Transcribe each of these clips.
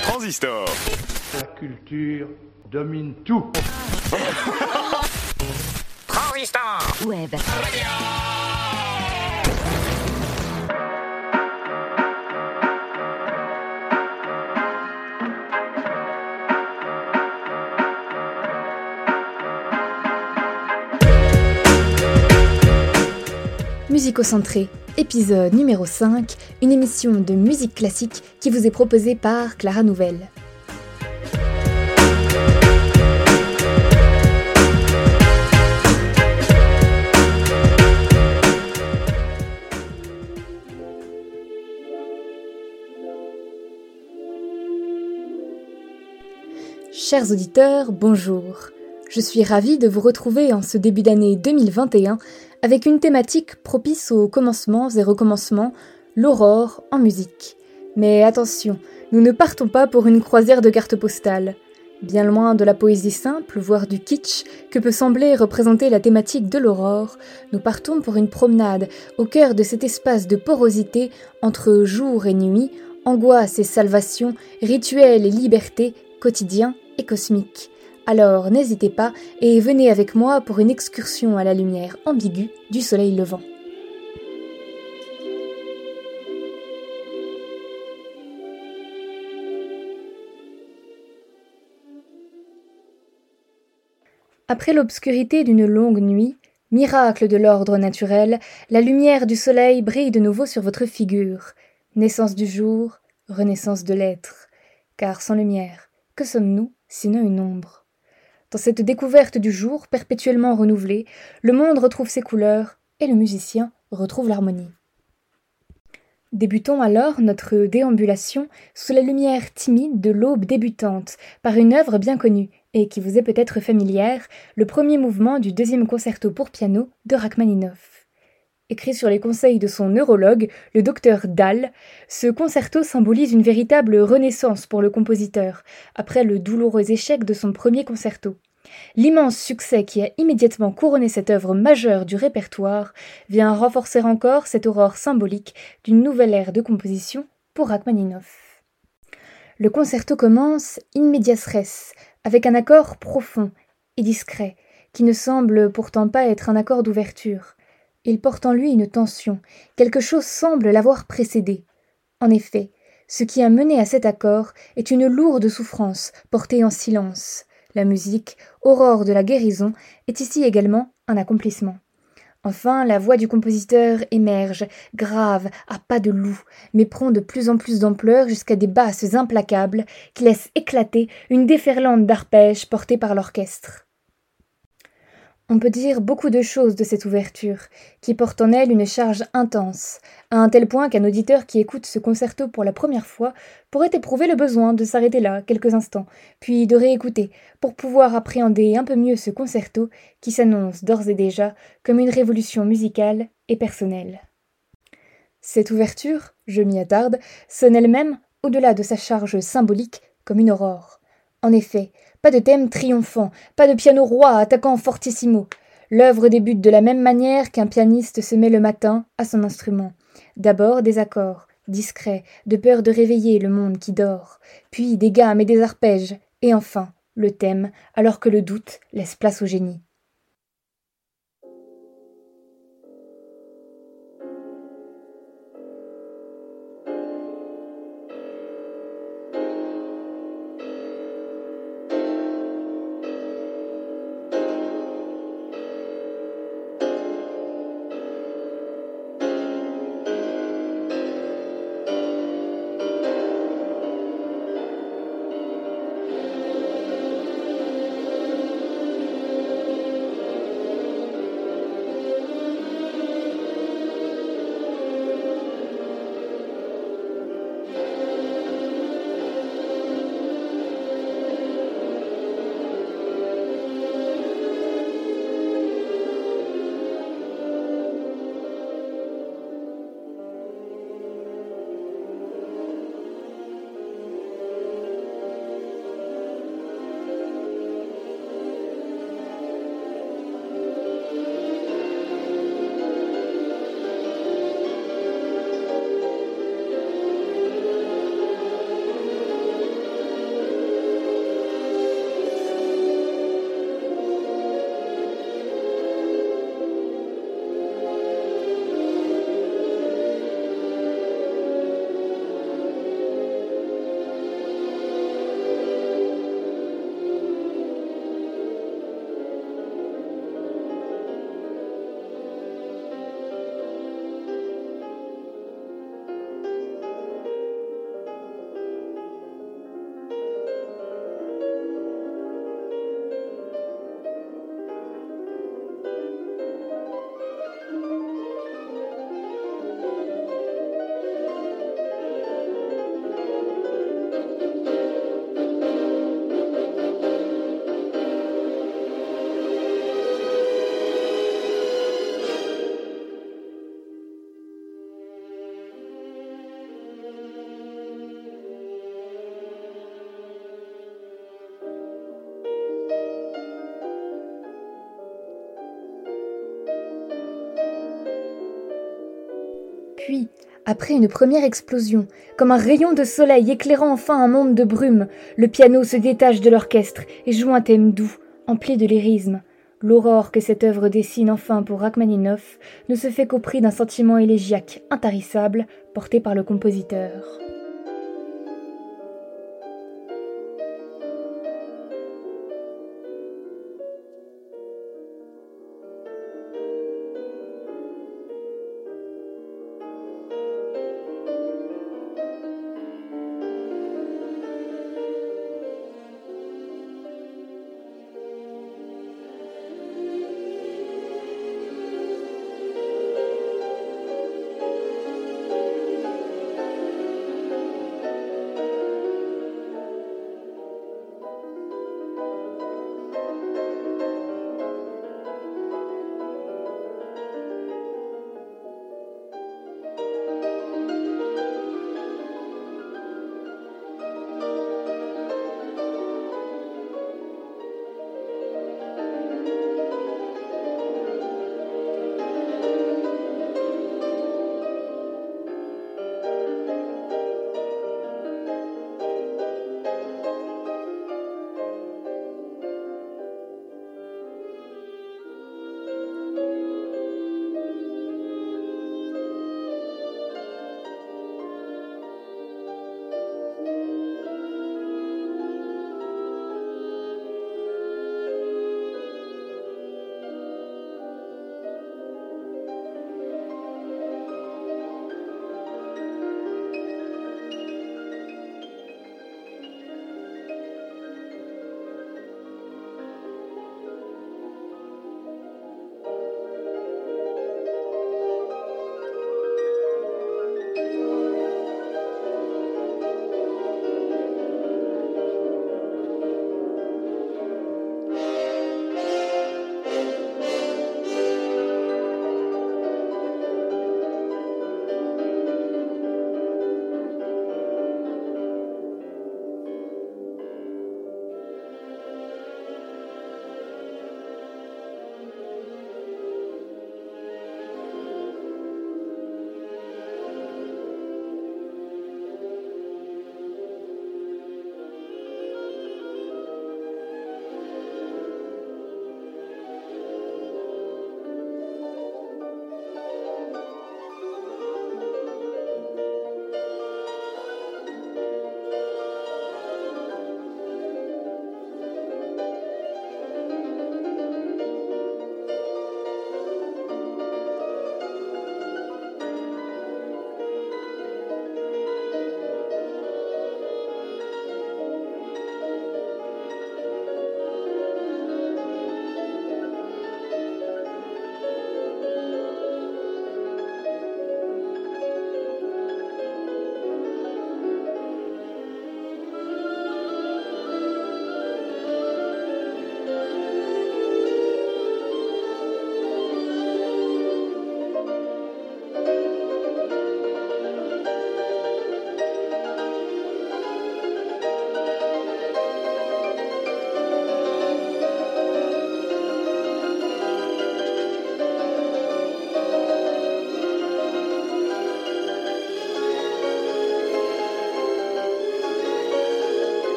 Transistor. La culture domine tout. Transistor. Web. Musicocentré, épisode numéro 5, une émission de musique classique qui vous est proposée par Clara Nouvelle. Chers auditeurs, bonjour. Je suis ravie de vous retrouver en ce début d'année 2021 avec une thématique propice aux commencements et recommencements, l'aurore en musique. Mais attention, nous ne partons pas pour une croisière de cartes postales. Bien loin de la poésie simple, voire du kitsch, que peut sembler représenter la thématique de l'aurore, nous partons pour une promenade au cœur de cet espace de porosité entre jour et nuit, angoisse et salvation, rituel et liberté, quotidien et cosmique. Alors n'hésitez pas et venez avec moi pour une excursion à la lumière ambiguë du soleil levant. Après l'obscurité d'une longue nuit, miracle de l'ordre naturel, la lumière du soleil brille de nouveau sur votre figure. Naissance du jour, renaissance de l'être. Car sans lumière, que sommes-nous sinon une ombre ? Dans cette découverte du jour perpétuellement renouvelée, le monde retrouve ses couleurs et le musicien retrouve l'harmonie. Débutons alors notre déambulation sous la lumière timide de l'aube débutante par une œuvre bien connue et qui vous est peut-être familière, le premier mouvement du deuxième concerto pour piano de Rachmaninoff. Écrit sur les conseils de son neurologue, le docteur Dahl, ce concerto symbolise une véritable renaissance pour le compositeur, après le douloureux échec de son premier concerto. L'immense succès qui a immédiatement couronné cette œuvre majeure du répertoire vient renforcer encore cette aurore symbolique d'une nouvelle ère de composition pour Rachmaninoff. Le concerto commence in medias res, avec un accord profond et discret, qui ne semble pourtant pas être un accord d'ouverture. Il porte en lui une tension, quelque chose semble l'avoir précédé. En effet, ce qui a mené à cet accord est une lourde souffrance portée en silence. La musique, aurore de la guérison, est ici également un accomplissement. Enfin, la voix du compositeur émerge, grave, à pas de loup, mais prend de plus en plus d'ampleur jusqu'à des basses implacables qui laissent éclater une déferlante d'arpèges portée par l'orchestre. On peut dire beaucoup de choses de cette ouverture, qui porte en elle une charge intense, à un tel point qu'un auditeur qui écoute ce concerto pour la première fois pourrait éprouver le besoin de s'arrêter là quelques instants, puis de réécouter, pour pouvoir appréhender un peu mieux ce concerto qui s'annonce d'ores et déjà comme une révolution musicale et personnelle. Cette ouverture, je m'y attarde, sonne elle-même, au-delà de sa charge symbolique, comme une aurore. En effet, pas de thème triomphant, pas de piano roi attaquant fortissimo. L'œuvre débute de la même manière qu'un pianiste se met le matin à son instrument. D'abord des accords, discrets, de peur de réveiller le monde qui dort, puis des gammes et des arpèges, et enfin le thème, alors que le doute laisse place au génie. Après une première explosion, comme un rayon de soleil éclairant enfin un monde de brume, le piano se détache de l'orchestre et joue un thème doux, empli de lyrisme. L'aurore que cette œuvre dessine enfin pour Rachmaninoff ne se fait qu'au prix d'un sentiment élégiaque intarissable porté par le compositeur.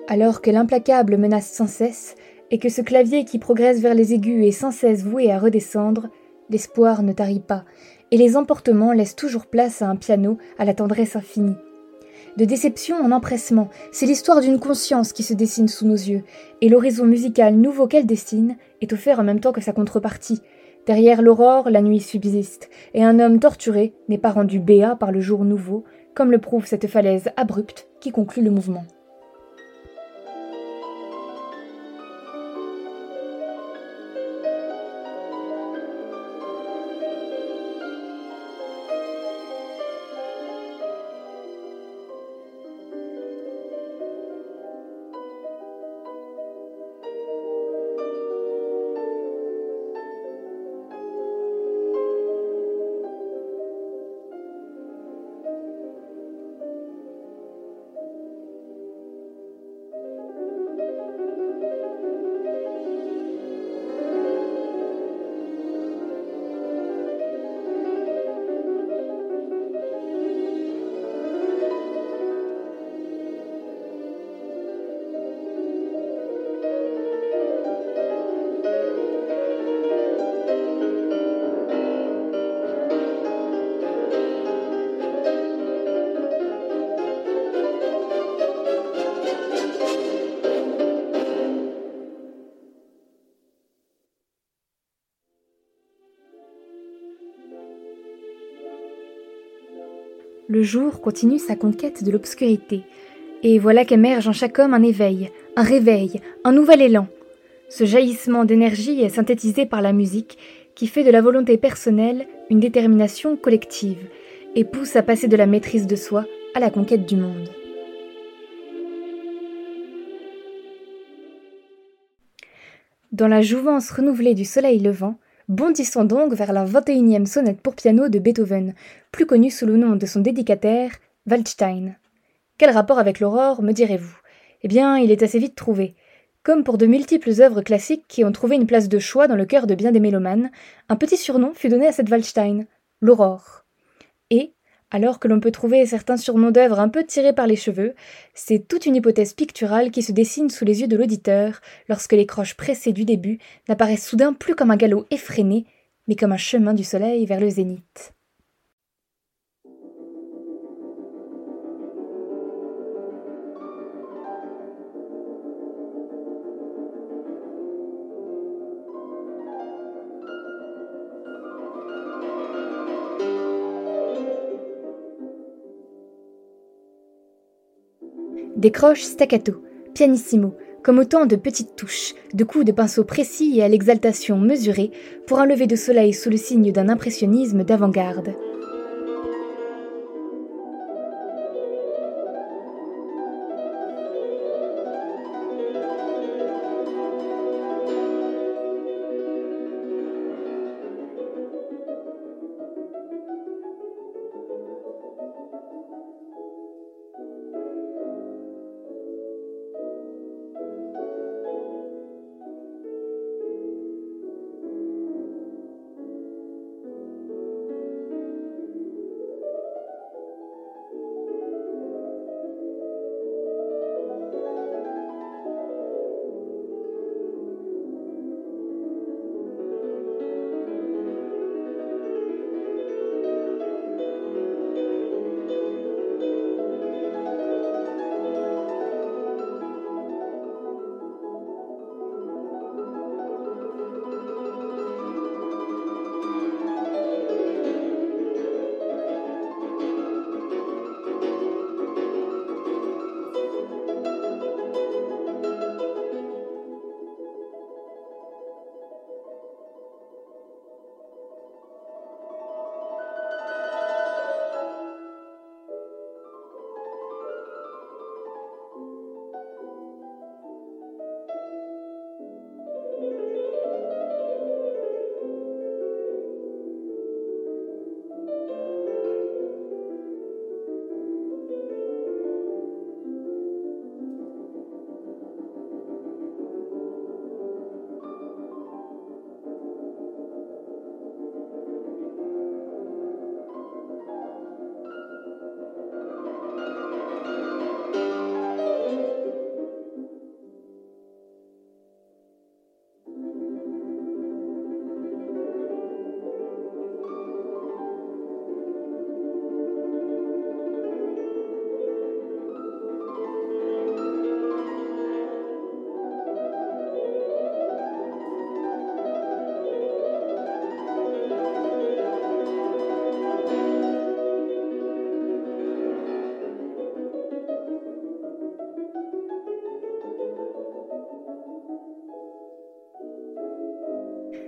Alors que l'implacable menace sans cesse, et que ce clavier qui progresse vers les aigus est sans cesse voué à redescendre, l'espoir ne tarit pas, et les emportements laissent toujours place à un piano à la tendresse infinie. De déception en empressement, c'est l'histoire d'une conscience qui se dessine sous nos yeux, et l'horizon musical nouveau qu'elle dessine est offert en même temps que sa contrepartie. Derrière l'aurore, la nuit subsiste, et un homme torturé n'est pas rendu béat par le jour nouveau, comme le prouve cette falaise abrupte qui conclut le mouvement. Le jour continue sa conquête de l'obscurité, et voilà qu'émerge en chaque homme un éveil, un réveil, un nouvel élan. Ce jaillissement d'énergie est synthétisé par la musique, qui fait de la volonté personnelle une détermination collective, et pousse à passer de la maîtrise de soi à la conquête du monde. Dans la jouvence renouvelée du soleil levant, bondissons donc vers la 21e sonate pour piano de Beethoven, plus connue sous le nom de son dédicataire, Waldstein. Quel rapport avec l'aurore, me direz-vous ? Eh bien, il est assez vite trouvé. Comme pour de multiples œuvres classiques qui ont trouvé une place de choix dans le cœur de bien des mélomanes, un petit surnom fut donné à cette Waldstein, l'aurore. Et, alors que l'on peut trouver certains surnoms d'œuvres un peu tirés par les cheveux, c'est toute une hypothèse picturale qui se dessine sous les yeux de l'auditeur lorsque les croches pressées du début n'apparaissent soudain plus comme un galop effréné, mais comme un chemin du soleil vers le zénith. Des croches staccato, pianissimo, comme autant de petites touches, de coups de pinceau précis et à l'exaltation mesurée pour un lever de soleil sous le signe d'un impressionnisme d'avant-garde.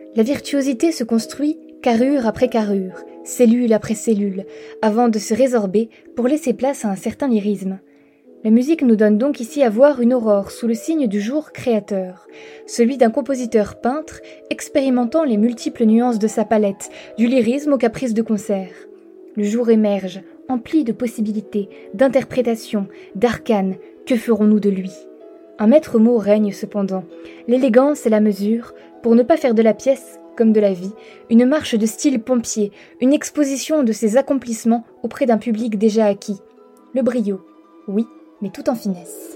La virtuosité se construit carrure après carrure, cellule après cellule, avant de se résorber pour laisser place à un certain lyrisme. La musique nous donne donc ici à voir une aurore sous le signe du jour créateur, celui d'un compositeur peintre expérimentant les multiples nuances de sa palette, du lyrisme au caprice de concert. Le jour émerge, empli de possibilités, d'interprétations, d'arcanes. Que ferons-nous de lui ? Un maître mot règne cependant, l'élégance et la mesure, pour ne pas faire de la pièce, comme de la vie, une marche de style pompier, une exposition de ses accomplissements auprès d'un public déjà acquis. Le brio, oui, mais tout en finesse.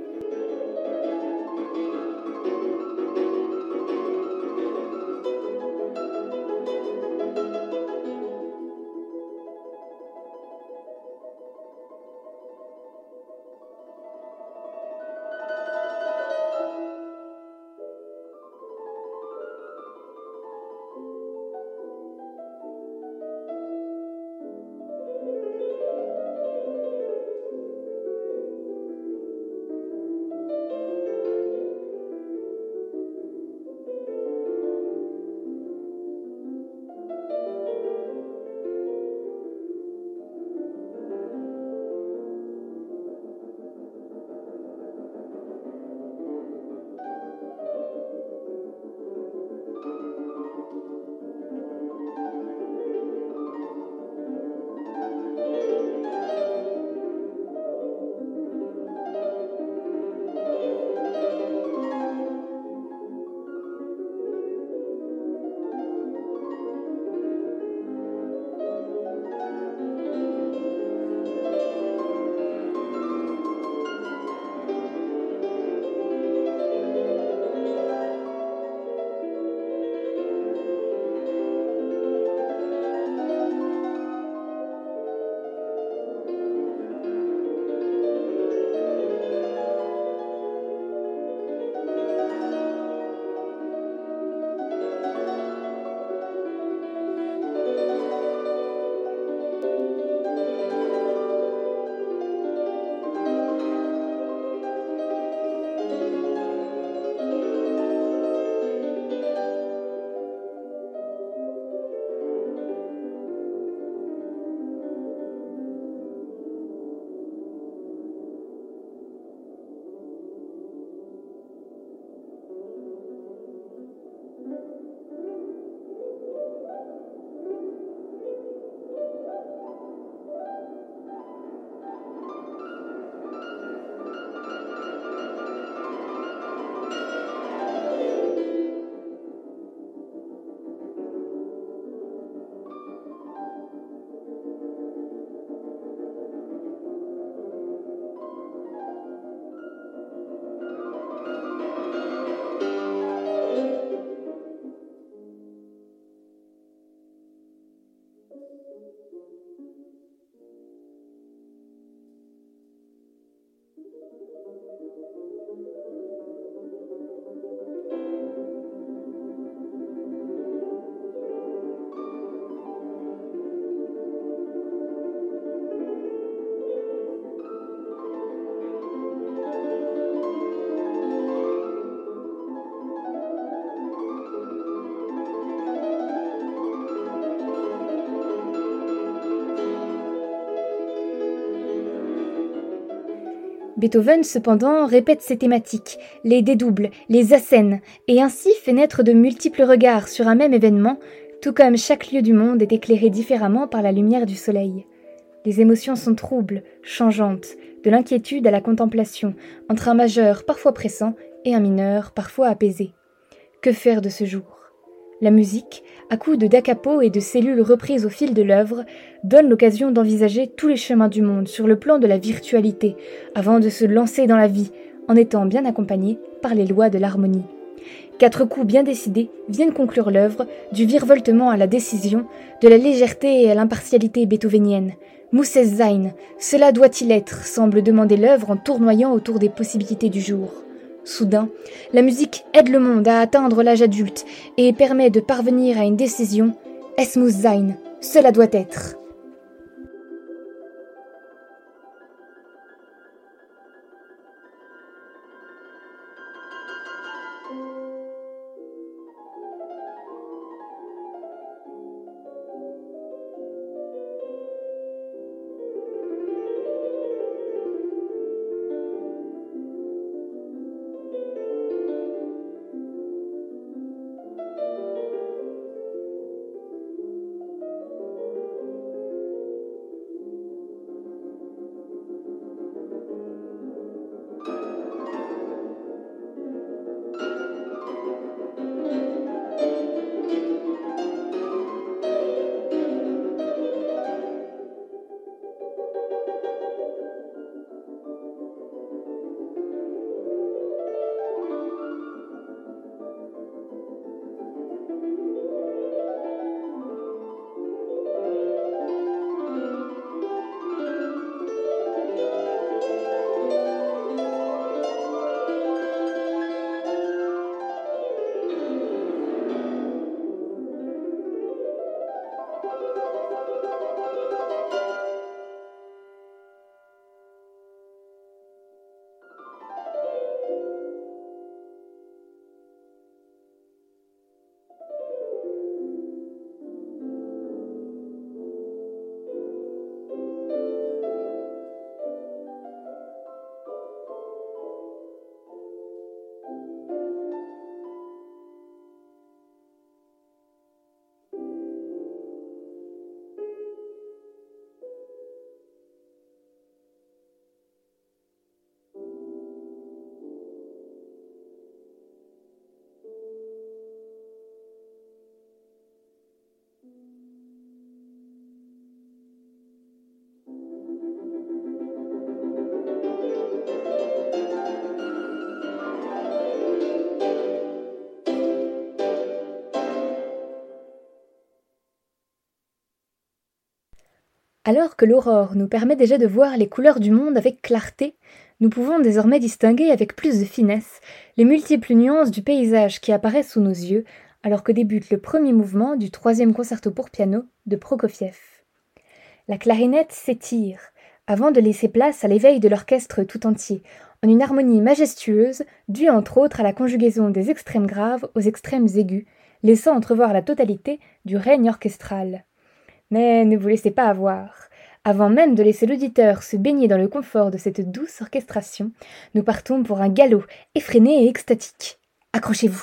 Beethoven, cependant, répète ses thématiques, les dédouble, les assène, et ainsi fait naître de multiples regards sur un même événement, tout comme chaque lieu du monde est éclairé différemment par la lumière du soleil. Les émotions sont troubles, changeantes, de l'inquiétude à la contemplation, entre un majeur parfois pressant et un mineur parfois apaisé. Que faire de ce jour ? La musique, à coups de da capo et de cellules reprises au fil de l'œuvre, donne l'occasion d'envisager tous les chemins du monde sur le plan de la virtualité, avant de se lancer dans la vie, en étant bien accompagné par les lois de l'harmonie. 4 coups bien décidés viennent conclure l'œuvre, du virevoltement à la décision, de la légèreté et à l'impartialité beethovenienne. Muss es sein, cela doit-il être, semble demander l'œuvre en tournoyant autour des possibilités du jour. Soudain, la musique aide le monde à atteindre l'âge adulte et permet de parvenir à une décision. Es muss sein, cela doit être. Alors que l'aurore nous permet déjà de voir les couleurs du monde avec clarté, nous pouvons désormais distinguer avec plus de finesse les multiples nuances du paysage qui apparaissent sous nos yeux, alors que débute le premier mouvement du troisième concerto pour piano de Prokofiev. La clarinette s'étire, avant de laisser place à l'éveil de l'orchestre tout entier, en une harmonie majestueuse, due entre autres à la conjugaison des extrêmes graves aux extrêmes aigus, laissant entrevoir la totalité du règne orchestral. Mais ne vous laissez pas avoir. Avant même de laisser l'auditeur se baigner dans le confort de cette douce orchestration, nous partons pour un galop effréné et extatique. Accrochez-vous!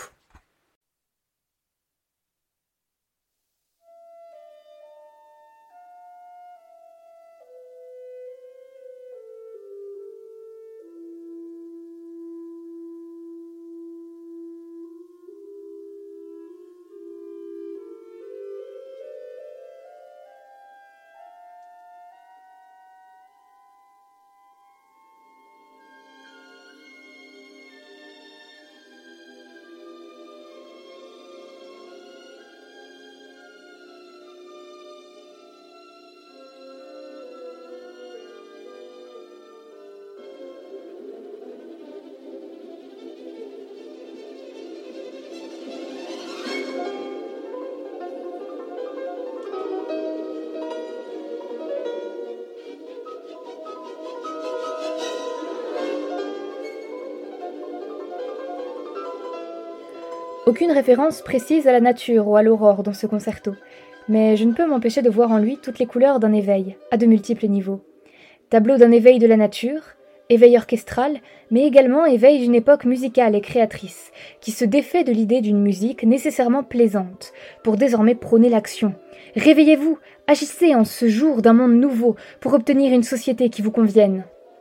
Aucune référence précise à la nature ou à l'aurore dans ce concerto, mais je ne peux m'empêcher de voir en lui toutes les couleurs d'un éveil, à de multiples niveaux. Tableau d'un éveil de la nature, éveil orchestral, mais également éveil d'une époque musicale et créatrice, qui se défait de l'idée d'une musique nécessairement plaisante, pour désormais prôner l'action. Réveillez-vous, agissez en ce jour d'un monde nouveau, pour obtenir une société qui vous convienne.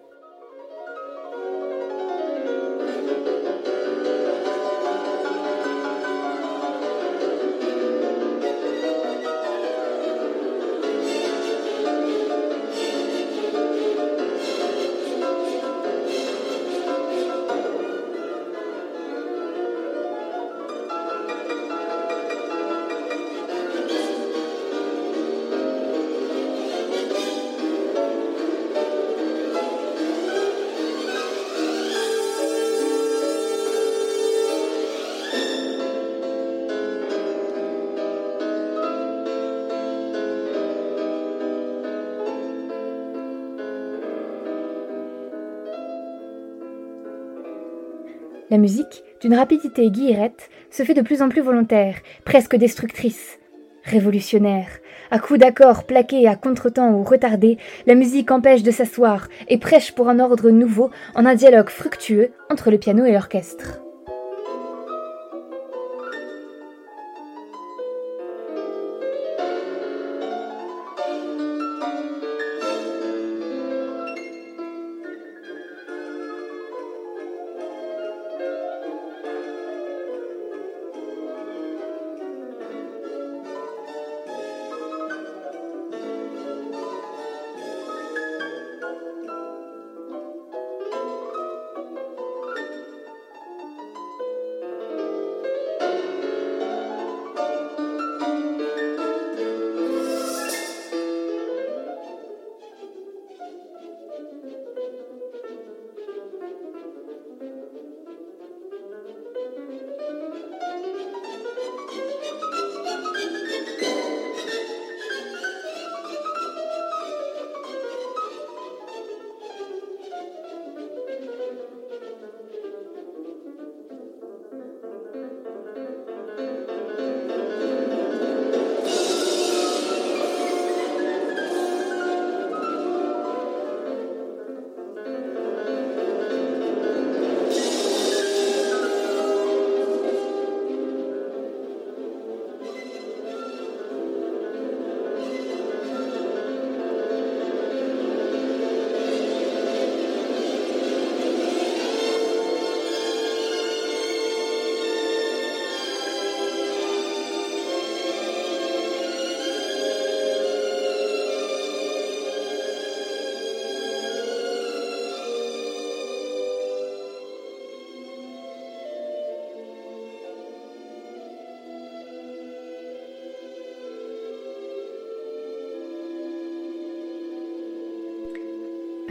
La musique, d'une rapidité guillerette, se fait de plus en plus volontaire, presque destructrice. Révolutionnaire. À coups d'accords plaqués à contretemps ou retardés, la musique empêche de s'asseoir et prêche pour un ordre nouveau en un dialogue fructueux entre le piano et l'orchestre.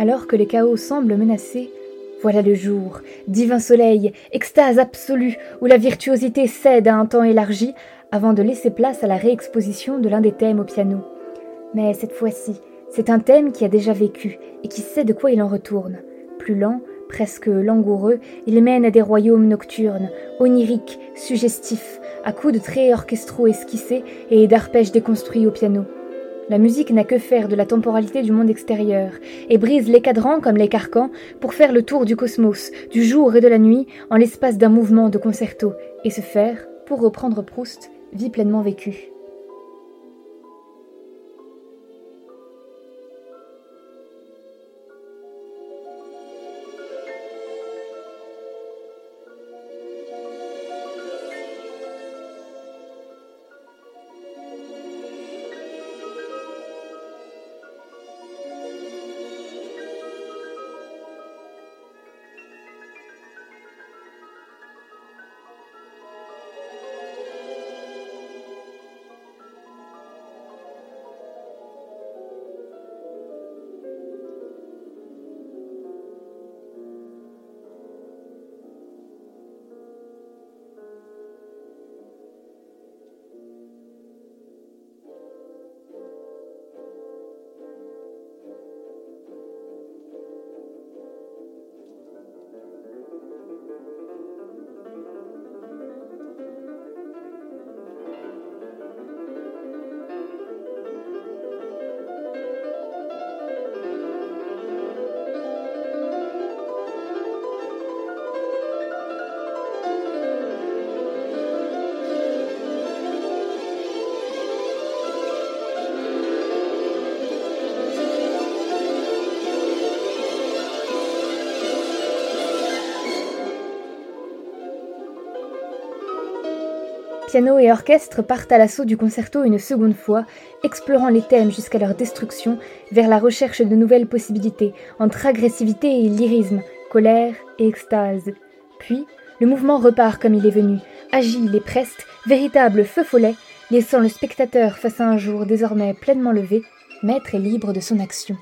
Alors que le chaos semble menacé, voilà le jour, divin soleil, extase absolue, où la virtuosité cède à un temps élargi, avant de laisser place à la réexposition de l'un des thèmes au piano. Mais cette fois-ci, c'est un thème qui a déjà vécu et qui sait de quoi il en retourne. Plus lent, presque langoureux, il mène à des royaumes nocturnes, oniriques, suggestifs, à coups de traits orchestraux esquissés et d'arpèges déconstruits au piano. La musique n'a que faire de la temporalité du monde extérieur et brise les cadrans comme les carcans pour faire le tour du cosmos, du jour et de la nuit en l'espace d'un mouvement de concerto et se faire, pour reprendre Proust, vie pleinement vécue. Piano et orchestre partent à l'assaut du concerto une seconde fois, explorant les thèmes jusqu'à leur destruction, vers la recherche de nouvelles possibilités, entre agressivité et lyrisme, colère et extase. Puis, le mouvement repart comme il est venu, agile et preste, véritable feu follet, laissant le spectateur face à un jour désormais pleinement levé, maître et libre de son action.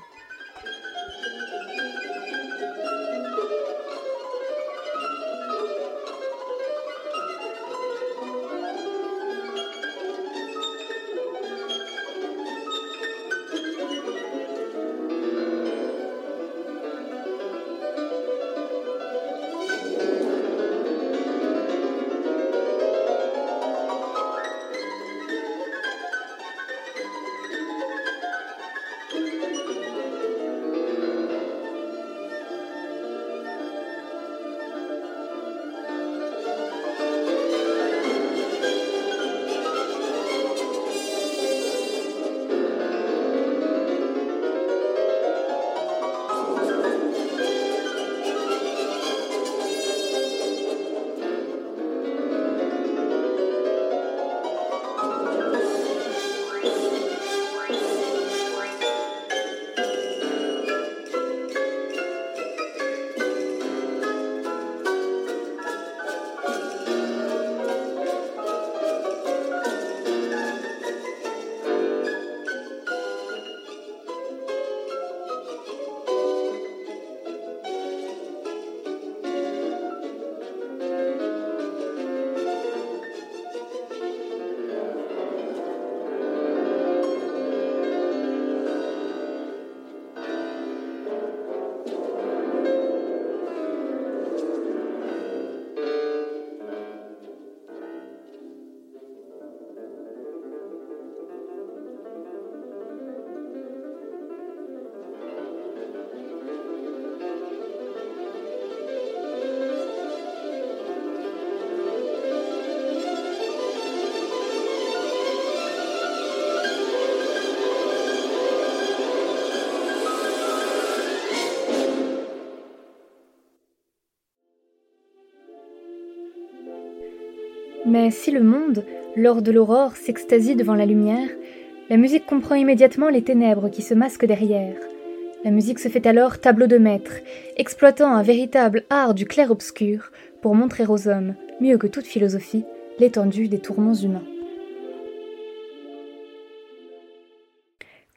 Mais si le monde, lors de l'aurore, s'extasie devant la lumière, la musique comprend immédiatement les ténèbres qui se masquent derrière. La musique se fait alors tableau de maître, exploitant un véritable art du clair-obscur pour montrer aux hommes, mieux que toute philosophie, l'étendue des tourments humains.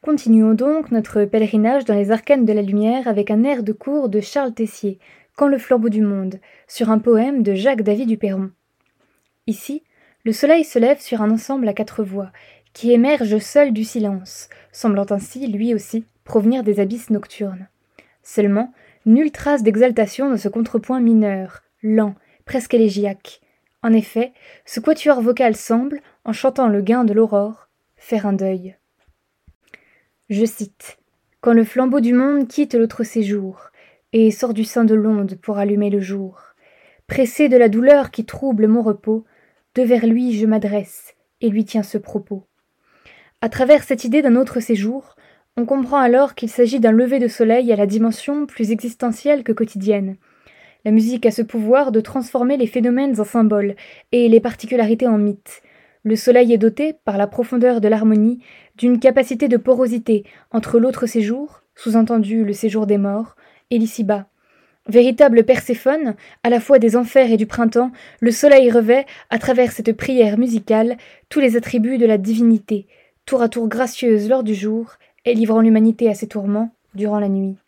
Continuons donc notre pèlerinage dans les arcanes de la lumière avec un air de cour de Charles Tessier, Quand le flambeau du monde, sur un poème de Jacques-David Duperron. Ici, le soleil se lève sur un ensemble à 4 voix, qui émerge seul du silence, semblant ainsi, lui aussi, provenir des abysses nocturnes. Seulement, nulle trace d'exaltation dans ce contrepoint mineur, lent, presque élégiaque. En effet, ce quatuor vocal semble, en chantant le gain de l'aurore, faire un deuil. Je cite « Quand le flambeau du monde quitte l'autre séjour, et sort du sein de l'onde pour allumer le jour, pressé de la douleur qui trouble mon repos, de vers lui je m'adresse, et lui tiens ce propos. » À travers cette idée d'un autre séjour, on comprend alors qu'il s'agit d'un lever de soleil à la dimension plus existentielle que quotidienne. La musique a ce pouvoir de transformer les phénomènes en symboles et les particularités en mythes. Le soleil est doté, par la profondeur de l'harmonie, d'une capacité de porosité entre l'autre séjour, sous-entendu le séjour des morts, et l'ici-bas. Véritable Perséphone, à la fois des enfers et du printemps, le soleil revêt, à travers cette prière musicale, tous les attributs de la divinité, tour à tour gracieuse lors du jour, et livrant l'humanité à ses tourments durant la nuit.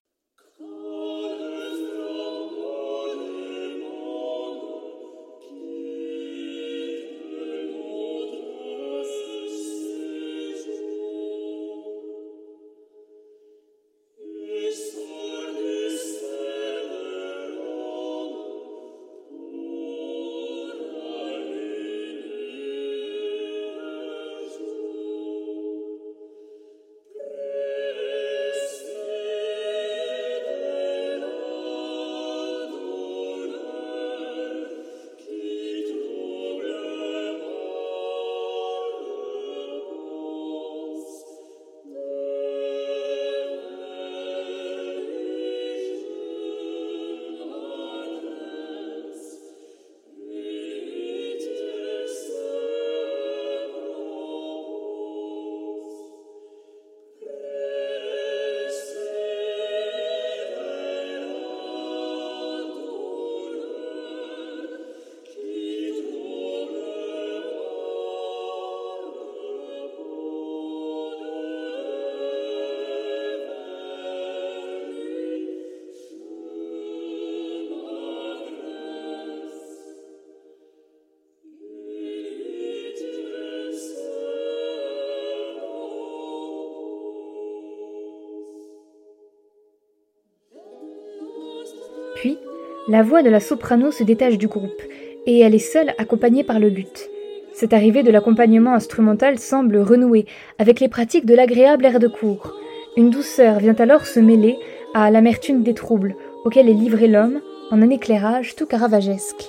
Puis, la voix de la soprano se détache du groupe, et elle est seule accompagnée par le luth. Cette arrivée de l'accompagnement instrumental semble renouer avec les pratiques de l'agréable air de cour. Une douceur vient alors se mêler à l'amertume des troubles, auxquels est livré l'homme, en un éclairage tout caravagesque.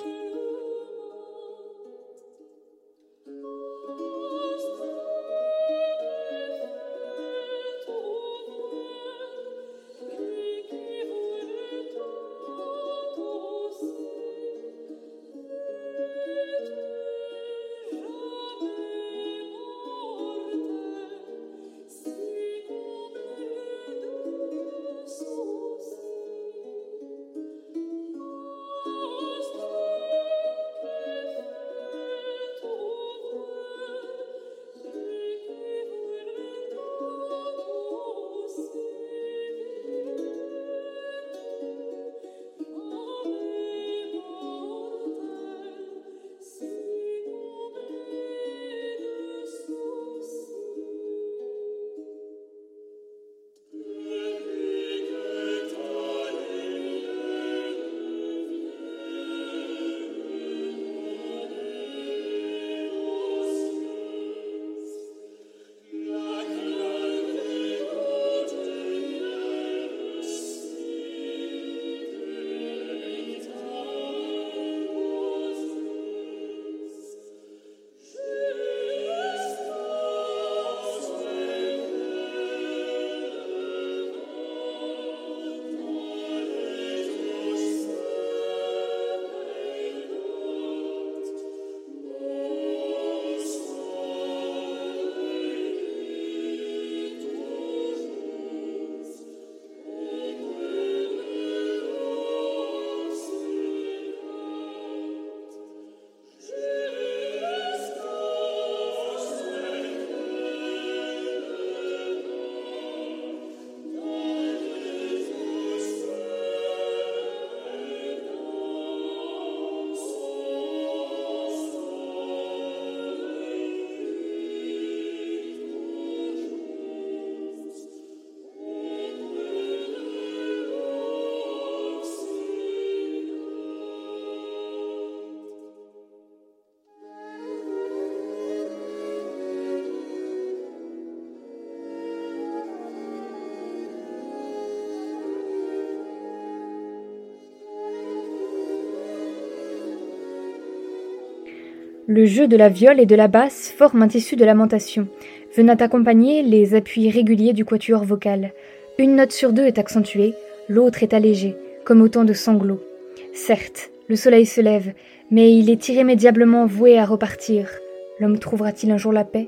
Le jeu de la viole et de la basse forme un tissu de lamentation, venant accompagner les appuis réguliers du quatuor vocal. Une note sur deux est accentuée, l'autre est allégée, comme autant de sanglots. Certes, le soleil se lève, mais il est irrémédiablement voué à repartir. L'homme trouvera-t-il un jour la paix ?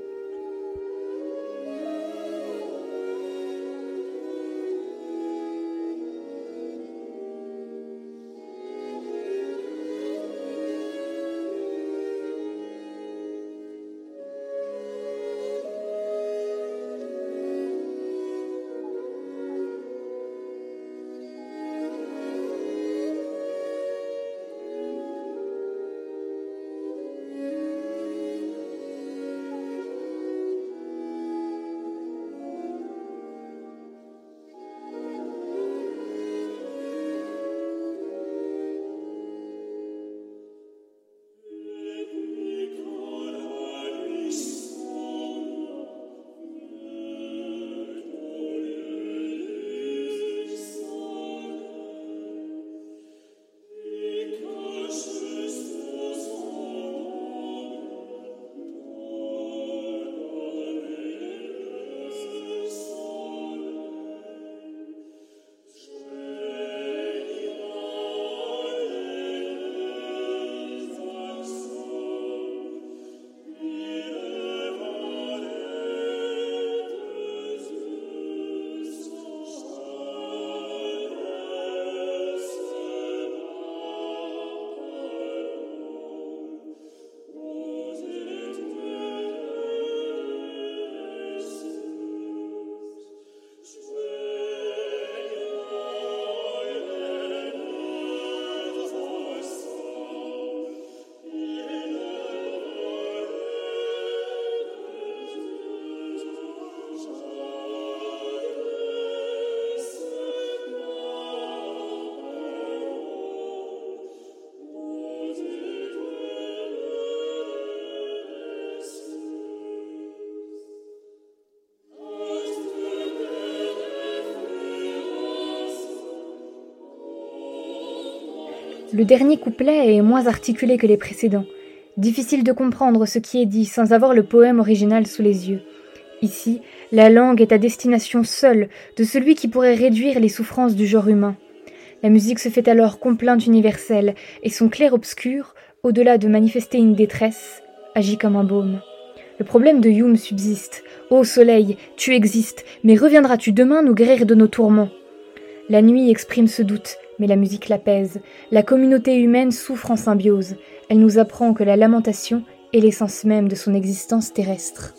Le dernier couplet est moins articulé que les précédents. Difficile de comprendre ce qui est dit sans avoir le poème original sous les yeux. Ici, la langue est à destination seule de celui qui pourrait réduire les souffrances du genre humain. La musique se fait alors complainte universelle et son clair-obscur, au-delà de manifester une détresse, agit comme un baume. Le problème de Hume subsiste. Ô soleil, tu existes, mais reviendras-tu demain nous guérir de nos tourments ? La nuit exprime ce doute, mais la musique l'apaise. La communauté humaine souffre en symbiose. Elle nous apprend que la lamentation est l'essence même de son existence terrestre.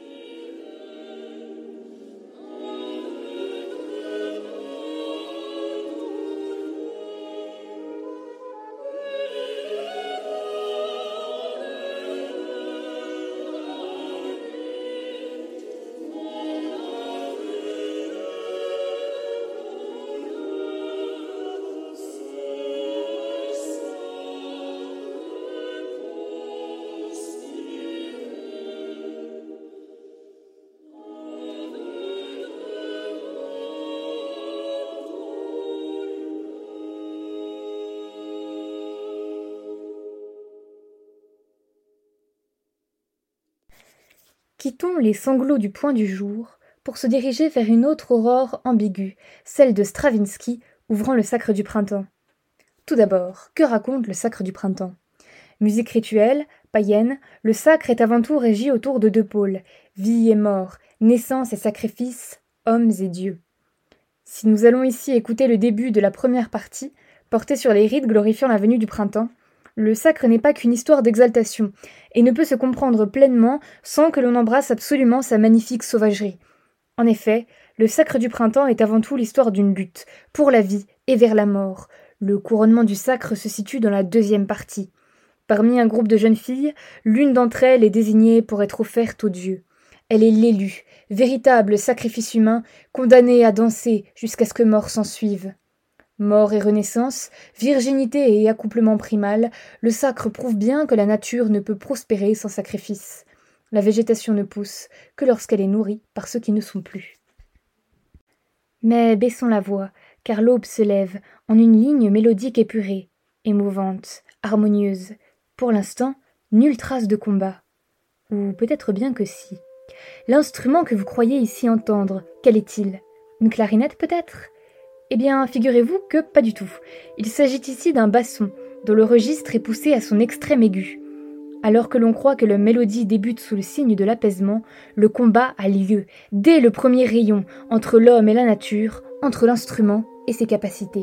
Quittons les sanglots du point du jour pour se diriger vers une autre aurore ambiguë, celle de Stravinsky, ouvrant le Sacre du printemps. Tout d'abord, que raconte le Sacre du printemps ? Musique rituelle, païenne, le sacre est avant tout régi autour de deux pôles, vie et mort, naissance et sacrifice, hommes et dieux. Si nous allons ici écouter le début de la première partie, portée sur les rites glorifiant la venue du printemps, le sacre n'est pas qu'une histoire d'exaltation, et ne peut se comprendre pleinement sans que l'on embrasse absolument sa magnifique sauvagerie. En effet, le sacre du printemps est avant tout l'histoire d'une lutte, pour la vie et vers la mort. Le couronnement du sacre se situe dans la deuxième partie. Parmi un groupe de jeunes filles, l'une d'entre elles est désignée pour être offerte aux dieux. Elle est l'élue, véritable sacrifice humain, condamnée à danser jusqu'à ce que mort s'ensuive. Mort et renaissance, virginité et accouplement primal, le sacre prouve bien que la nature ne peut prospérer sans sacrifice. La végétation ne pousse que lorsqu'elle est nourrie par ceux qui ne sont plus. Mais baissons la voix, car l'aube se lève en une ligne mélodique épurée, émouvante, harmonieuse. Pour l'instant, Nulle trace de combat. Ou peut-être bien que si. L'instrument que vous croyez ici entendre, quel est-il? Une clarinette peut-être? Eh bien, figurez-vous que pas du tout. Il s'agit ici d'un basson, dont le registre est poussé à son extrême aigu. Alors que l'on croit que la mélodie débute sous le signe de l'apaisement, le combat a lieu, dès le premier rayon, entre l'homme et la nature, entre l'instrument et ses capacités.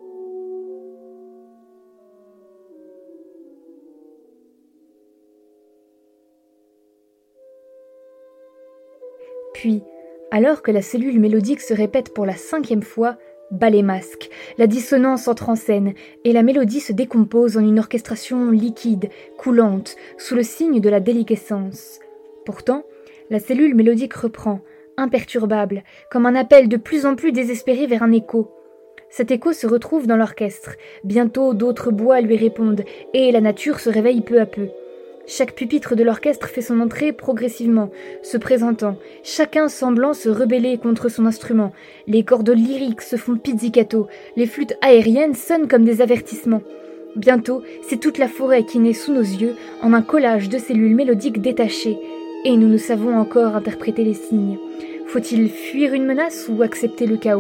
Puis, alors que la cellule mélodique se répète pour la 5e fois, bas les masques, la dissonance entre en scène, et la mélodie se décompose en une orchestration liquide, coulante, sous le signe de la déliquescence. Pourtant, la cellule mélodique reprend, imperturbable, comme un appel de plus en plus désespéré vers un écho. Cet écho se retrouve dans l'orchestre. Bientôt d'autres bois lui répondent, et la nature se réveille peu à peu. Chaque pupitre de l'orchestre fait son entrée progressivement, se présentant, chacun semblant se rebeller contre son instrument. Les cordes lyriques se font pizzicato, les flûtes aériennes sonnent comme des avertissements. Bientôt, c'est toute la forêt qui naît sous nos yeux en un collage de cellules mélodiques détachées, et nous ne savons encore interpréter les signes. Faut-il fuir une menace ou accepter le chaos ?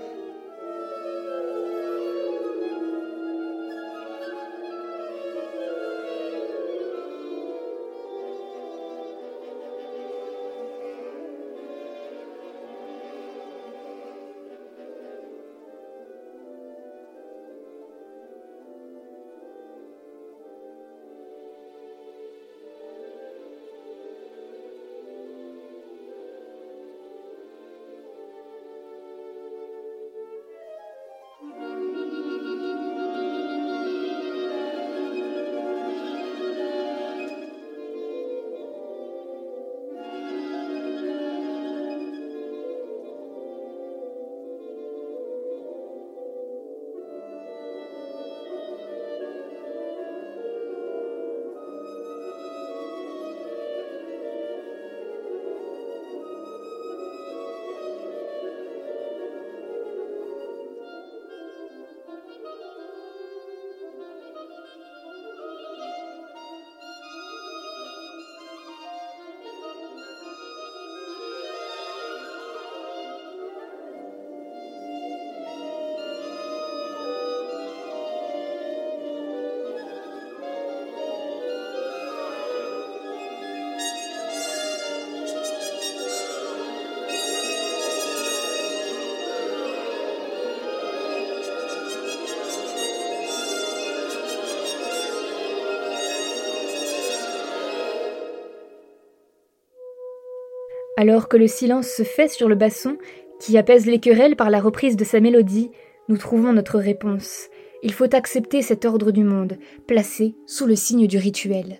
Alors que le silence se fait sur le basson, qui apaise les querelles par la reprise de sa mélodie, nous trouvons notre réponse. Il faut accepter cet ordre du monde, placé sous le signe du rituel.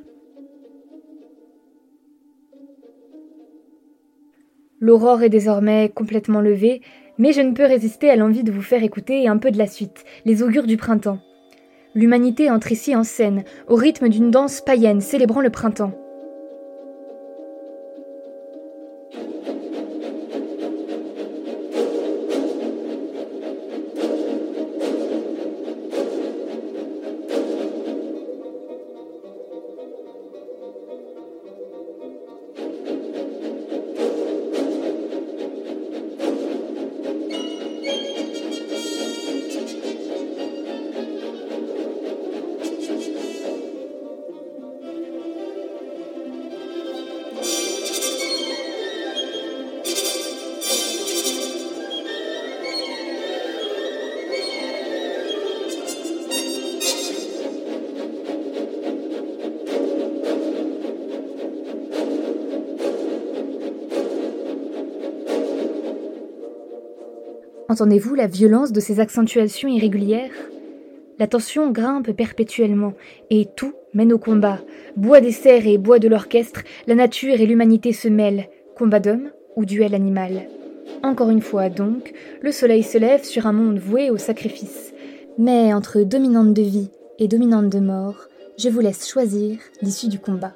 L'aurore est désormais complètement levée, mais je ne peux résister à l'envie de vous faire écouter un peu de la suite, les augures du printemps. L'humanité entre ici en scène, au rythme d'une danse païenne célébrant le printemps. Entendez-vous la violence de ces accentuations irrégulières ? La tension grimpe perpétuellement, et tout mène au combat. Bois des serres et bois de l'orchestre, la nature et l'humanité se mêlent. Combat d'hommes ou duel animal. Encore une fois donc, le soleil se lève sur un monde voué au sacrifice. Mais entre dominante de vie et dominante de mort, je vous laisse choisir l'issue du combat.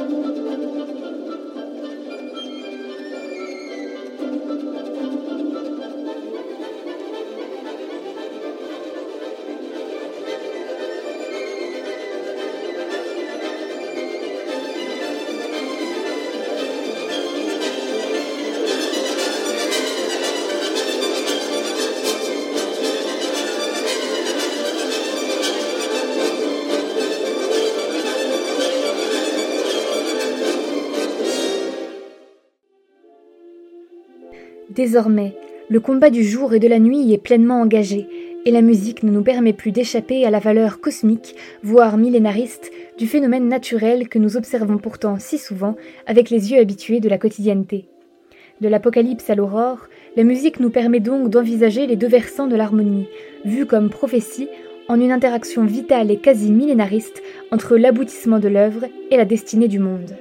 Désormais, le combat du jour et de la nuit est pleinement engagé, et la musique ne nous permet plus d'échapper à la valeur cosmique, voire millénariste, du phénomène naturel que nous observons pourtant si souvent avec les yeux habitués de la quotidienneté. De l'Apocalypse à l'Aurore, la musique nous permet donc d'envisager les deux versants de l'harmonie, vus comme prophétie, en une interaction vitale et quasi millénariste entre l'aboutissement de l'œuvre et la destinée du monde.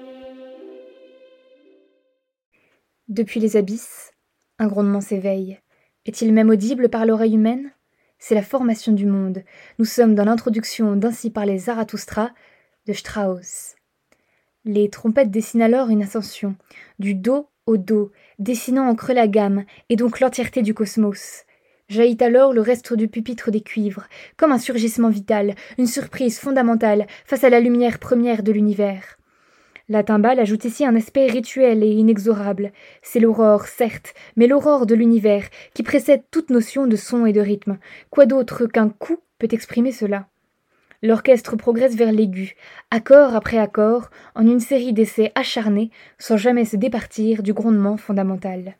Depuis les abysses, un grondement s'éveille. Est-il même audible par l'oreille humaine ? C'est la formation du monde. Nous sommes dans l'introduction d'Ainsi parlait Zarathustra de Strauss. Les trompettes dessinent alors une ascension, du do au do, dessinant en creux la gamme, et donc l'entièreté du cosmos. Jaillit alors le reste du pupitre des cuivres, comme un surgissement vital, une surprise fondamentale face à la lumière première de l'univers. La timbale ajoute ici un aspect rituel et inexorable. C'est l'aurore, certes, mais l'aurore de l'univers, qui précède toute notion de son et de rythme. Quoi d'autre qu'un coup peut exprimer cela ? L'orchestre progresse vers l'aigu, accord après accord, en une série d'essais acharnés, sans jamais se départir du grondement fondamental.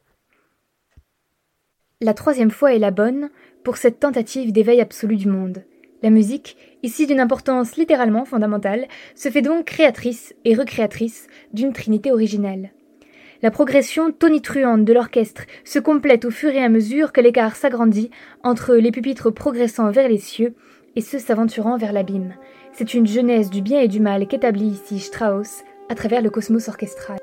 La troisième fois est la bonne, pour cette tentative d'éveil absolu du monde. La musique, ici d'une importance littéralement fondamentale, se fait donc créatrice et recréatrice d'une trinité originelle. La progression tonitruante de l'orchestre se complète au fur et à mesure que l'écart s'agrandit entre les pupitres progressant vers les cieux et ceux s'aventurant vers l'abîme. C'est une genèse du bien et du mal qu'établit ici Strauss à travers le cosmos orchestral.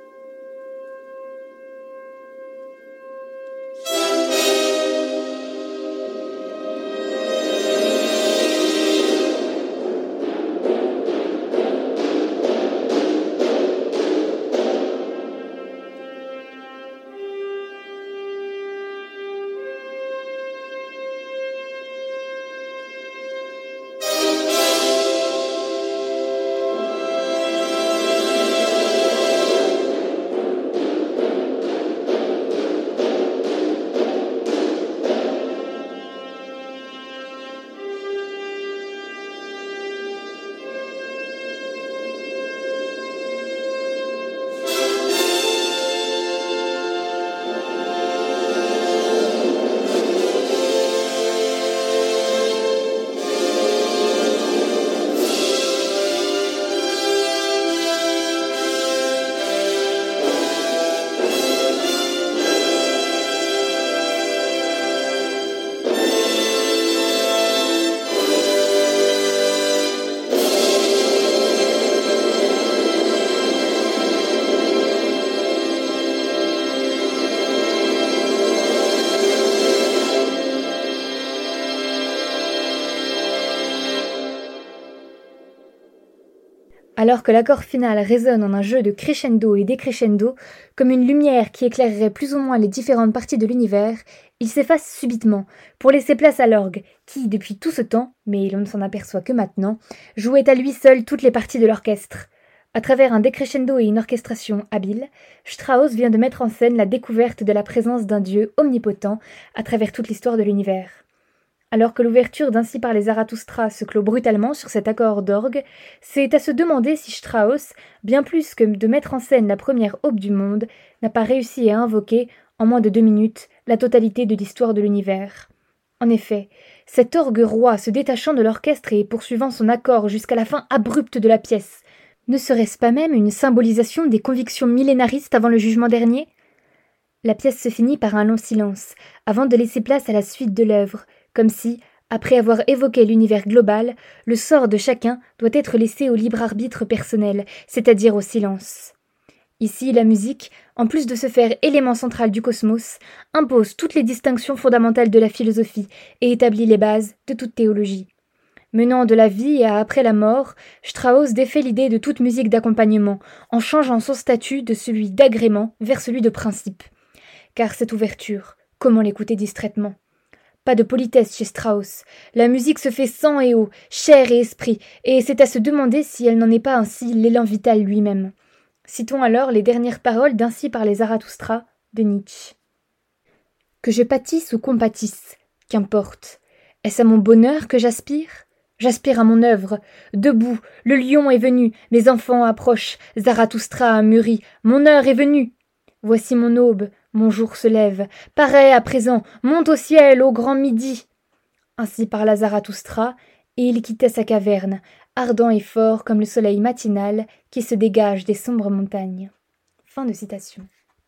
Alors que l'accord final résonne en un jeu de crescendo et décrescendo, comme une lumière qui éclairerait plus ou moins les différentes parties de l'univers, il s'efface subitement, pour laisser place à l'orgue, qui, depuis tout ce temps, mais l'on ne s'en aperçoit que maintenant, jouait à lui seul toutes les parties de l'orchestre. À travers un décrescendo et une orchestration habile, Strauss vient de mettre en scène la découverte de la présence d'un Dieu omnipotent à travers toute l'histoire de l'univers. Alors que l'ouverture d'Ainsi parlait Zarathustra se clôt brutalement sur cet accord d'orgue, c'est à se demander si Strauss, bien plus que de mettre en scène la première aube du monde, n'a pas réussi à invoquer, en moins de 2 minutes, la totalité de l'histoire de l'univers. En effet, cet orgue roi se détachant de l'orchestre et poursuivant son accord jusqu'à la fin abrupte de la pièce, ne serait-ce pas même une symbolisation des convictions millénaristes avant le jugement dernier ? La pièce se finit par un long silence, avant de laisser place à la suite de l'œuvre, comme si, après avoir évoqué l'univers global, le sort de chacun doit être laissé au libre arbitre personnel, c'est-à-dire au silence. Ici, la musique, en plus de se faire élément central du cosmos, impose toutes les distinctions fondamentales de la philosophie et établit les bases de toute théologie. Menant de la vie à après la mort, Strauss défait l'idée de toute musique d'accompagnement, en changeant son statut de celui d'agrément vers celui de principe. Car cette ouverture, comment l'écouter distraitement ? Pas de politesse chez Strauss. La musique se fait sang et eau, chair et esprit, et c'est à se demander si elle n'en est pas ainsi l'élan vital lui-même. Citons alors les dernières paroles d'Ainsi parlait Zarathustra de Nietzsche. Que je pâtisse ou compatisse, qu'importe. Est-ce à mon bonheur que j'aspire ? J'aspire à mon œuvre. Debout, le lion est venu, mes enfants approchent, Zarathustra a mûri, mon heure est venue. Voici mon aube, mon jour se lève, parais à présent, monte au ciel au grand midi. Ainsi parla Zarathustra, et il quittait sa caverne, ardent et fort comme le soleil matinal qui se dégage des sombres montagnes. Fin de citation.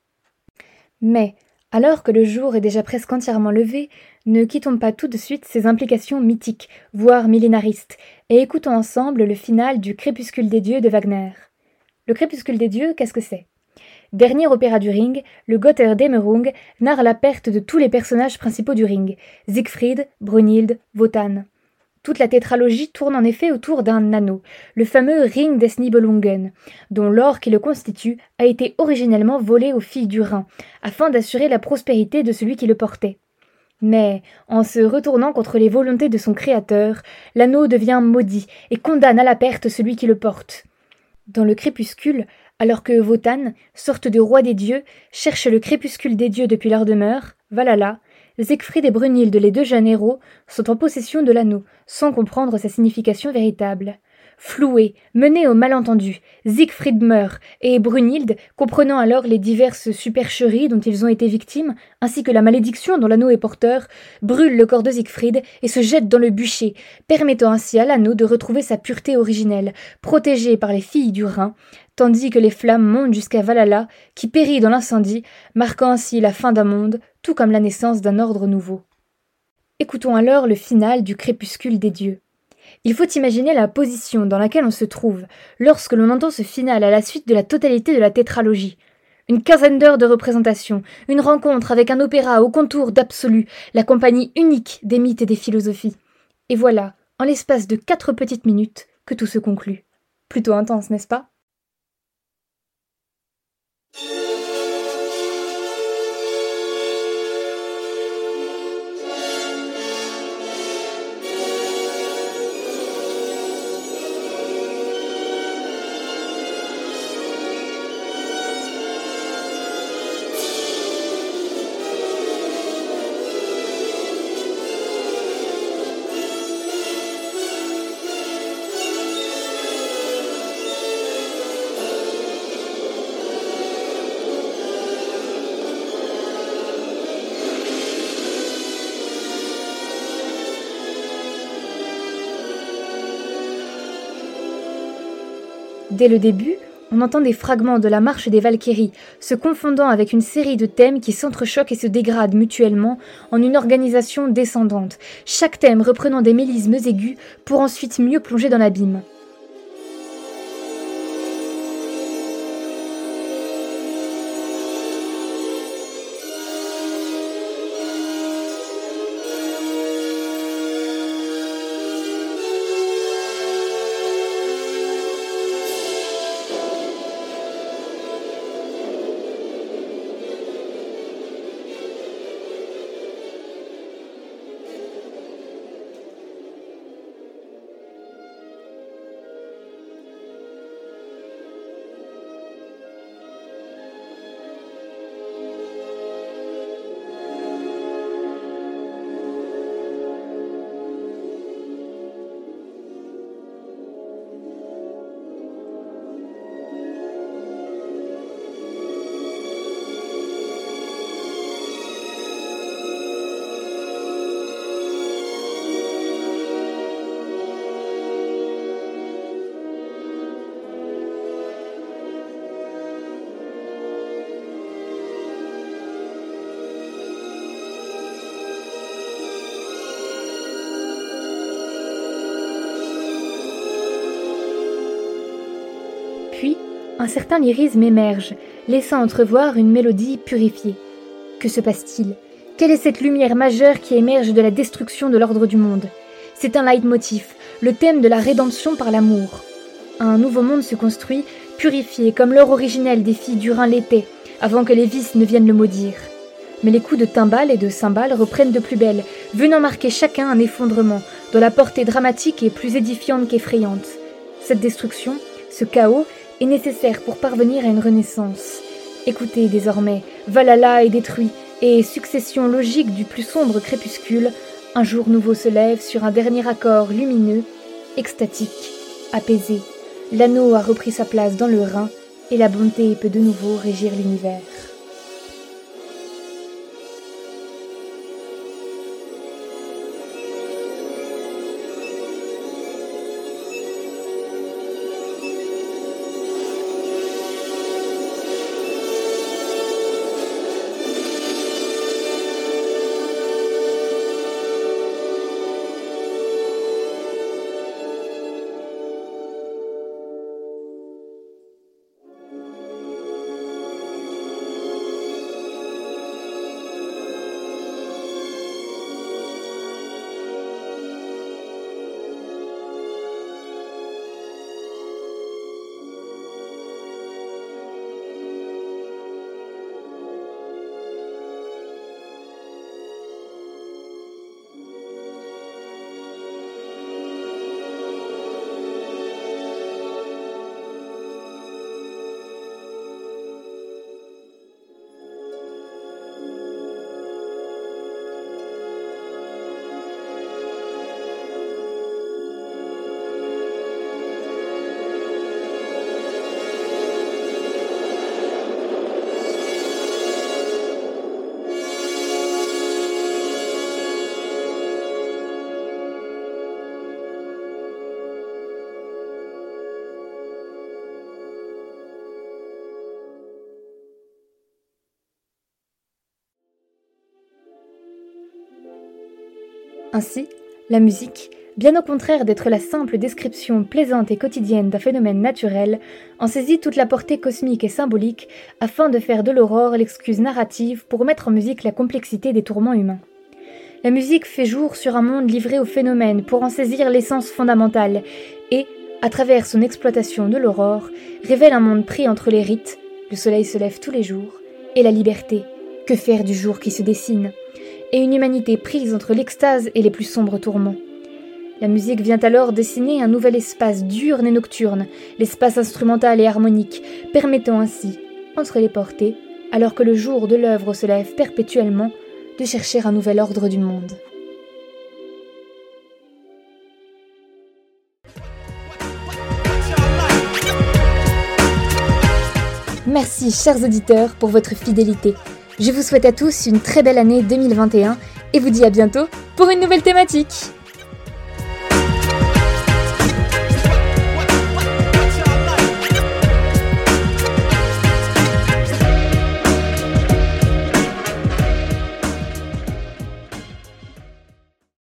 Mais, alors que le jour est déjà presque entièrement levé, ne quittons pas tout de suite ces implications mythiques, voire millénaristes, et écoutons ensemble le final du Crépuscule des dieux de Wagner. Le Crépuscule des dieux, qu'est-ce que c'est ? Dernier opéra du Ring, le Götterdämmerung narre la perte de tous les personnages principaux du Ring, Siegfried, Brünnhilde, Wotan. Toute la tétralogie tourne en effet autour d'un anneau, le fameux Ring des Nibelungen, dont l'or qui le constitue a été originellement volé aux filles du Rhin, afin d'assurer la prospérité de celui qui le portait. Mais, en se retournant contre les volontés de son créateur, l'anneau devient maudit et condamne à la perte celui qui le porte. Dans le crépuscule, alors que Wotan, sorte de roi des dieux, cherche le crépuscule des dieux depuis leur demeure, Valhalla, Siegfried et Brünnhilde, les deux jeunes héros, sont en possession de l'anneau, sans comprendre sa signification véritable. Floués, menés au malentendu, Siegfried meurt, et Brünnhilde, comprenant alors les diverses supercheries dont ils ont été victimes, ainsi que la malédiction dont l'anneau est porteur, brûle le corps de Siegfried et se jette dans le bûcher, permettant ainsi à l'anneau de retrouver sa pureté originelle, protégé par les filles du Rhin, tandis que les flammes montent jusqu'à Valhalla, qui périt dans l'incendie, marquant ainsi la fin d'un monde, tout comme la naissance d'un ordre nouveau. Écoutons alors le final du Crépuscule des dieux. Il faut imaginer la position dans laquelle on se trouve lorsque l'on entend ce final à la suite de la totalité de la tétralogie. Une quinzaine d'heures de représentation, une rencontre avec un opéra au contour d'absolu, la compagnie unique des mythes et des philosophies. Et voilà, en l'espace de 4 petites minutes, que tout se conclut. Plutôt intense, n'est-ce pas ? Dès le début, on entend des fragments de la marche des Valkyries, se confondant avec une série de thèmes qui s'entrechoquent et se dégradent mutuellement en une organisation descendante, chaque thème reprenant des mélismes aigus pour ensuite mieux plonger dans l'abîme. Puis, un certain lyrisme émerge, laissant entrevoir une mélodie purifiée. Que se passe-t-il ? Quelle est cette lumière majeure qui émerge de la destruction de l'ordre du monde ? C'est un leitmotiv, le thème de la rédemption par l'amour. Un nouveau monde se construit, purifié comme l'or originel des filles d'Urin l'était, avant que les vices ne viennent le maudire. Mais les coups de timbales et de cymbales reprennent de plus belle, venant marquer chacun un effondrement, dont la portée dramatique est plus édifiante qu'effrayante. Cette destruction, ce chaos, est nécessaire pour parvenir à une renaissance. Écoutez désormais, Valhalla est détruit, et succession logique du plus sombre crépuscule, un jour nouveau se lève sur un dernier accord lumineux, extatique, apaisé. L'anneau a repris sa place dans le Rhin, et la bonté peut de nouveau régir l'univers. Ainsi, la musique, bien au contraire d'être la simple description plaisante et quotidienne d'un phénomène naturel, en saisit toute la portée cosmique et symbolique afin de faire de l'aurore l'excuse narrative pour mettre en musique la complexité des tourments humains. La musique fait jour sur un monde livré au phénomène pour en saisir l'essence fondamentale et, à travers son exploitation de l'aurore, révèle un monde pris entre les rites, le soleil se lève tous les jours, et la liberté, que faire du jour qui se dessine, et une humanité prise entre l'extase et les plus sombres tourments. La musique vient alors dessiner un nouvel espace diurne et nocturne, l'espace instrumental et harmonique, permettant ainsi, entre les portées, alors que le jour de l'œuvre se lève perpétuellement, de chercher un nouvel ordre du monde. Merci, chers auditeurs, pour votre fidélité. Je vous souhaite à tous une très belle année 2021 et vous dis à bientôt pour une nouvelle thématique.